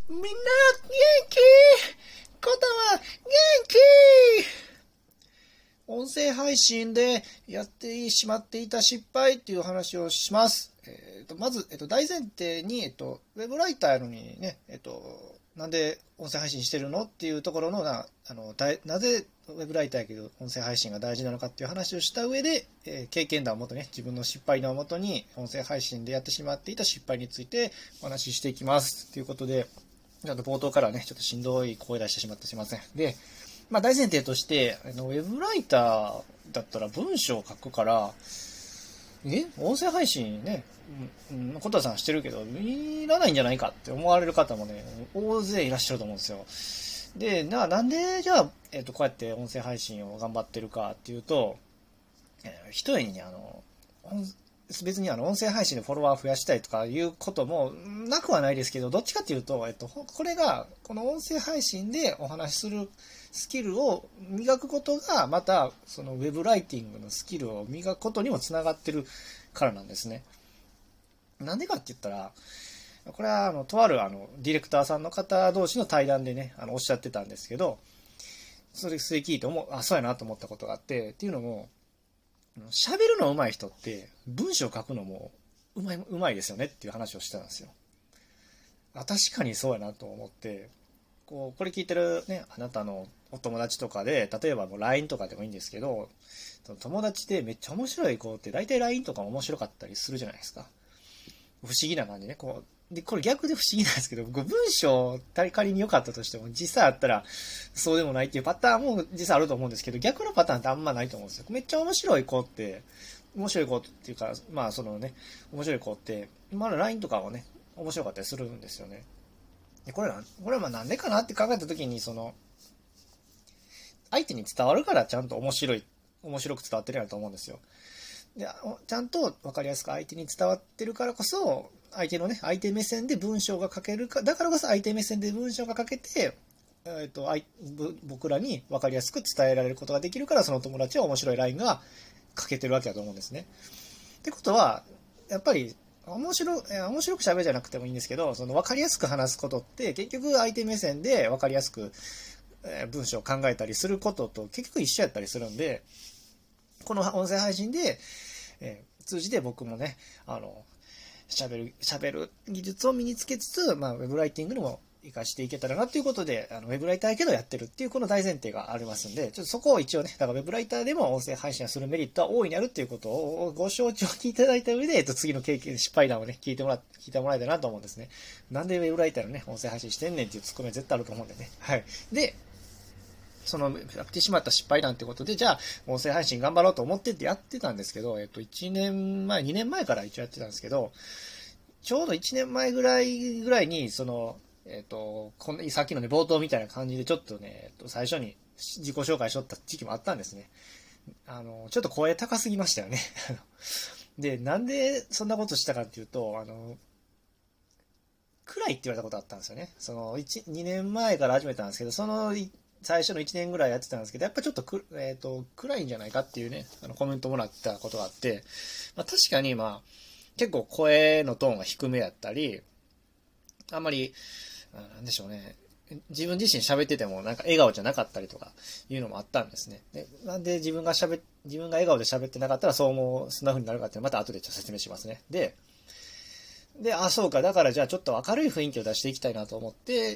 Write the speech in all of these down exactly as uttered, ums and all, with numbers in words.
みんな元気？コタは元気？音声配信でやってしまっていた失敗っていう話をします。えー、とまず、えー、と大前提に、えー、とウェブライターやのにね、えー、となんで音声配信してるのっていうところのな、あのだなぜウェブライターやけど音声配信が大事なのかっていう話をした上で、えー、経験談をもとね、自分の失敗談をもとに音声配信でやってしまっていた失敗についてお話ししていきますということで、ちょっと冒頭からねちょっとしんどい声出してしまってすいません。で、まあ、大前提としてあのウェブライターだったら文章を書くからえ音声配信ね、うん、コタさんしてるけどいらないんじゃないかって思われる方もね大勢いらっしゃると思うんですよ。で な, なんでじゃあ、えー、とこうやって音声配信を頑張ってるかっていうと、えー、一重にねあの別にあの音声配信でフォロワー増やしたいとかいうこともなくはないですけど、どっちかっていうと、えっと、これがこの音声配信でお話しするスキルを磨くことがまたそのウェブライティングのスキルを磨くことにもつながってるからなんですね。なんでかって言ったら、これはあのとあるあのディレクターさんの方同士の対談でねあのおっしゃってたんですけど、それそれ聞いて思うあそうやなと思ったことがあって、っていうのも喋るの上手い人って文章を書くのもうまい、うまいですよねっていう話をしてたんですよ。あ、確かにそうやなと思って、こう、これ聞いてるね、あなたのお友達とかで、例えばもう ライン とかでもいいんですけど、友達でめっちゃ面白い子って大体 ライン とかも面白かったりするじゃないですか。不思議な感じね。こうで、これ逆で不思議なんですけど、文章仮に良かったとしても、実際あったらそうでもないっていうパターンも実際あると思うんですけど、逆のパターンってあんまないと思うんですよ。めっちゃ面白い子って、面白い子っていうか、まあそのね、面白い子って、まだ ライン とかもね、面白かったりするんですよね。でこれは、これはまあなんでかなって考えたときに、その、相手に伝わるからちゃんと面白い、面白く伝わってるやと思うんですよ。でちゃんと分かりやすく相手に伝わってるからこそ、相手のね、相手目線で文章が書けるか、だからこそ相手目線で文章が書けて、えーと、僕らに分かりやすく伝えられることができるから、その友達は面白いラインが書けてるわけだと思うんですね。ってことは、やっぱり、面白、面白く喋るじゃなくてもいいんですけど、その分かりやすく話すことって、結局相手目線で分かりやすく文章を考えたりすることと結局一緒やったりするんで、この音声配信で、えー、通じて僕もね、あの、喋る、喋る技術を身につけつつ、まあ、ウェブライティングにも活かしていけたらなということで、あのウェブライターやけどやってるっていうこの大前提がありますんで、ちょっとそこを一応ね、だからウェブライターでも音声配信をするメリットは大いにあるっていうことをご承知いただいた上で、えっと、次の経験、失敗談をね、聞いてもら、聞いてもらえたらなと思うんですね。なんでウェブライターのね、音声配信してんねんっていうツッコミは絶対あると思うんでね。はい。で、そのやってしまった失敗談ってことで、じゃあ音声配信頑張ろうと思ってってやってたんですけど、えっといちねんまえ、にねんまえから一応やってたんですけど、ちょうどいちねんまえぐらいぐらいにそのえっとこのさっきのね冒頭みたいな感じでちょっとね、えっと最初に自己紹介しとった時期もあったんですね。あのちょっと声高すぎましたよね。で、なんでそんなことしたかっていうと、あの暗いって言われたことあったんですよね。そのにねんまえから始めたんですけど、その最初のいちねんぐらいやってたんですけど、やっぱちょっとく、えーと、暗いんじゃないかっていうね、あのコメントもらったことがあって、まあ、確かにまあ、結構声のトーンが低めやったり、あんまり、なんでしょうね、自分自身喋っててもなんか笑顔じゃなかったりとかいうのもあったんですね。で、なんで自分が喋、自分が笑顔で喋ってなかったらそう思う、そんな風になるかっていうのはまた後でちょっと説明しますね。で、で、あ、そうか、だからじゃあちょっと明るい雰囲気を出していきたいなと思って、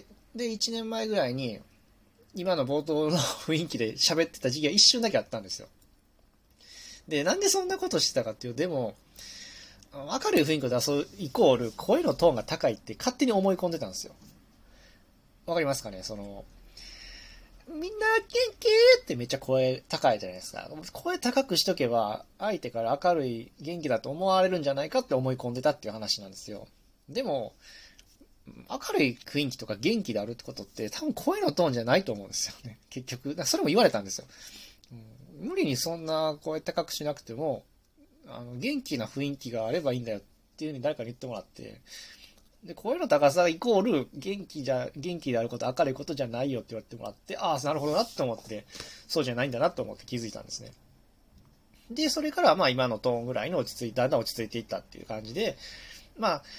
で、いちねんまえぐらいに、今の冒頭の雰囲気で喋ってた時期が一瞬だけあったんですよ。で、なんでそんなことしてたかっていう、でも、明るい雰囲気を出すイコール、声のトーンが高いって勝手に思い込んでたんですよ。わかりますかね？その、みんな元気ってめっちゃ声高いじゃないですか。声高くしとけば、相手から明るい元気だと思われるんじゃないかって思い込んでたっていう話なんですよ。でも、明るい雰囲気とか元気であるってことって多分声のトーンじゃないと思うんですよね。結局。それも言われたんですよ。うん、無理にそんな声高くしなくても、あの元気な雰囲気があればいいんだよっていう風に誰かに言ってもらって、で、声の高さイコール元気じゃ、元気であること、明るいことじゃないよって言われてもらって、ああ、なるほどなって思って、そうじゃないんだなと思って気づいたんですね。で、それからまあ今のトーンぐらいの落ち着いた、だんだん落ち着いていったっていう感じで、まあ、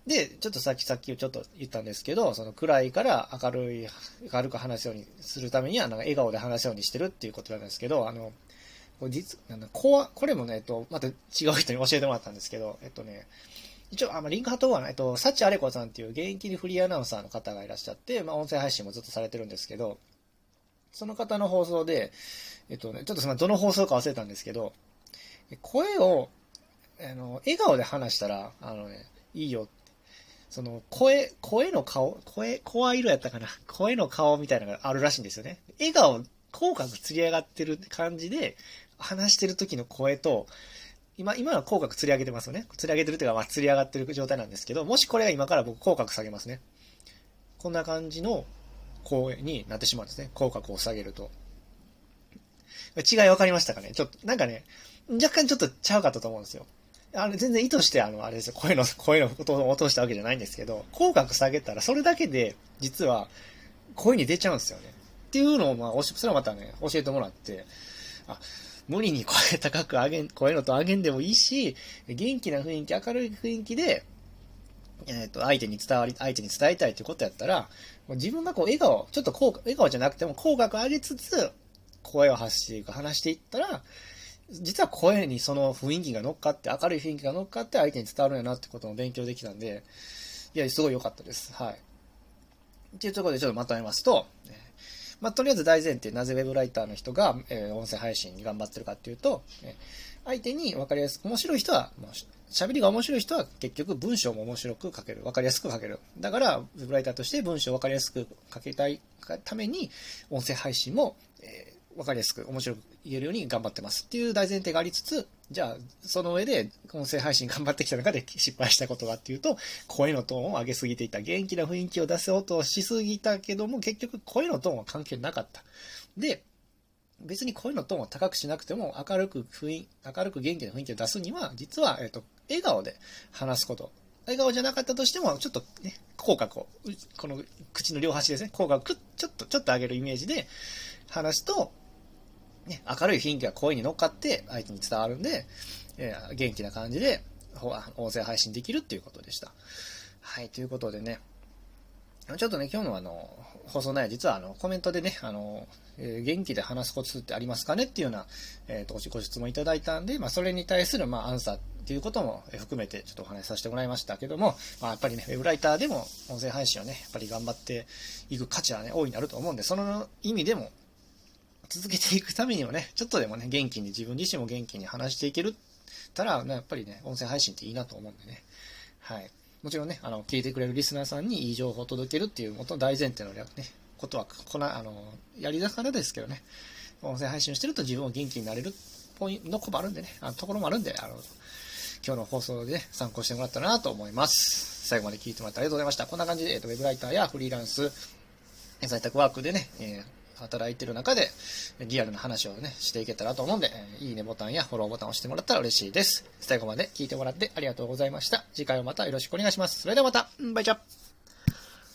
で、ちょっとさっきさっきちょっと言ったんですけど、その暗いから明るい、明るく話すようにするためには、なんか笑顔で話すようにしてるっていうことなんですけど、あの、これ実、なんだ、ここれもね、えっと、また違う人に教えてもらったんですけど、えっとね、一応、あ、まあ、リンク貼っとこうかな。えっと、幸あれ子さんっていう現役でフリーアナウンサーの方がいらっしゃって、まあ、音声配信もずっとされてるんですけど、その方の放送で、えっとね、ちょっとその、どの放送か忘れたんですけど、声を、あの、笑顔で話したら、あのね、いいよ。その、声、声の顔、声、声色やったかな。声の顔みたいなのがあるらしいんですよね。笑顔、口角つり上がってる感じで、話してる時の声と、今、今は口角つり上げてますよね。つり上げてるというか、まあ、つり上がってる状態なんですけど、もしこれが今から僕口角下げますね。こんな感じの声になってしまうんですね。口角を下げると。違い分かりましたかね？ちょっと、なんかね、若干ちょっとちゃうかったと思うんですよ。あの、全然意図して、あの、あれですよ、声の、声のことを落としたわけじゃないんですけど、口角下げたら、それだけで、実は、声に出ちゃうんですよね。っていうのを、まあ、それはまたね、教えてもらって、あ、無理に声高く上げん、声のと上げんでもいいし、元気な雰囲気、明るい雰囲気で、えっと、相手に伝わり、相手に伝えたいということやったら、自分がこう、笑顔、ちょっと口角、笑顔じゃなくても、口角上げつつ、声を発していく、話していったら、実は声にその雰囲気が乗っかって、明るい雰囲気が乗っかって相手に伝わるんやなってことも勉強できたんで、いや、すごい良かったです。はい。っていうところでちょっとまとめますと、まあ、とりあえず大前提、なぜウェブライターの人が、えー、音声配信に頑張ってるかっていうと、えー、相手に分かりやすく、面白い人は、喋りが面白い人は結局文章も面白く書ける。分かりやすく書ける。だから、ウェブライターとして文章を分かりやすく書けたいために、音声配信も、えーわかりやすく面白く言えるように頑張ってますっていう大前提がありつつ、じゃあその上で音声配信頑張ってきた中で失敗したことがっていうと、声のトーンを上げすぎていた、元気な雰囲気を出そうとしすぎたけども結局声のトーンは関係なかった。で、別に声のトーンを高くしなくても明るく雰囲明るく元気な雰囲気を出すには、実はえっと笑顔で話すこと。笑顔じゃなかったとしても、ちょっとね、口角を、この口の両端ですね、口角をちょっとちょっと上げるイメージで話すと。ね、明るい雰囲気が声に乗っかって相手に伝わるんで、えー、元気な感じで音声配信できるっていうことでした。はい、ということでね、ちょっとね、今日のあの、放送内容、実はあの、コメントでね、あの、えー、元気で話すコツってありますかねっていうような、えっと、ご質問いただいたんで、まあ、それに対する、まあ、アンサーっていうことも含めて、ちょっとお話しさせてもらいましたけども、まあ、やっぱりね、ウェブライターでも音声配信をね、やっぱり頑張っていく価値はね、大いにあると思うんで、その意味でも、続けていくためにはね、ちょっとでもね、元気に、自分自身も元気に話していけるたら、ね、やっぱりね、音声配信っていいなと思うんでね。はい。もちろんね、あの、聞いてくれるリスナーさんにいい情報を届けるっていう元大前提のね、ことは、こな、あの、やりだからですけどね、音声配信をしてると自分も元気になれるポイントの子もあるんでね、あのところもあるんで、あの、今日の放送でね、参考してもらったらなと思います。最後まで聞いてもらってありがとうございました。こんな感じで、えっと、ウェブライターやフリーランス、在宅ワークでね、えー働いてる中でリアルな話をねしていけたらと思うんで、いいねボタンやフォローボタンを押してもらったら嬉しいです。最後まで聞いてもらってありがとうございました。次回はまたよろしくお願いします。それではまた、バイチャ。